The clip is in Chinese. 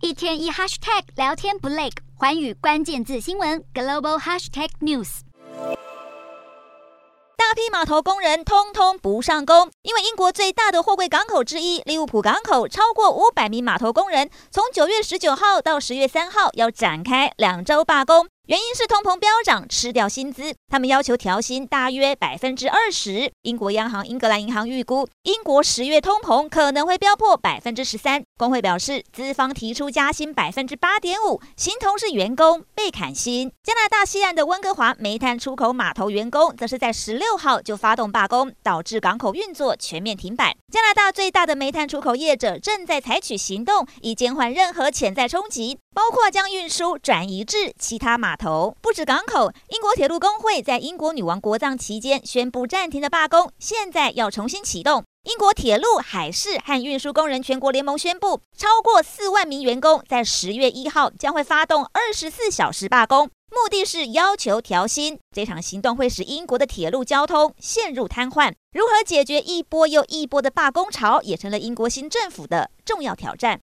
一天一 hashtag 聊天不累，寰宇关键字新闻 global hashtag news。 大批码头工人通通不上工，因为英国最大的货柜港口之一利物浦港口超过500名码头工人，从9月19号到10月3号要展开2周罢工。原因是通膨飙涨，吃掉薪资。他们要求调薪大约20%。英国央行英格兰银行预估，英国10月通膨可能会飙破13%。工会表示，资方提出加薪8.5%，形同是员工被砍薪。加拿大西岸的温哥华煤炭出口码头员工，则是在16号就发动罢工，导致港口运作全面停摆。加拿大最大的煤炭出口业者正在采取行动，以减缓任何潜在冲击，包括将运输转移至其他码头。不止港口，英国铁路工会在英国女王国葬期间宣布暂停的罢工，现在要重新启动。英国铁路、海事和运输工人全国联盟宣布，超过4万名员工在10月1号将会发动24小时罢工，目的是要求调薪。这场行动会使英国的铁路交通陷入瘫痪。如何解决一波又一波的罢工潮，也成了英国新政府的重要挑战。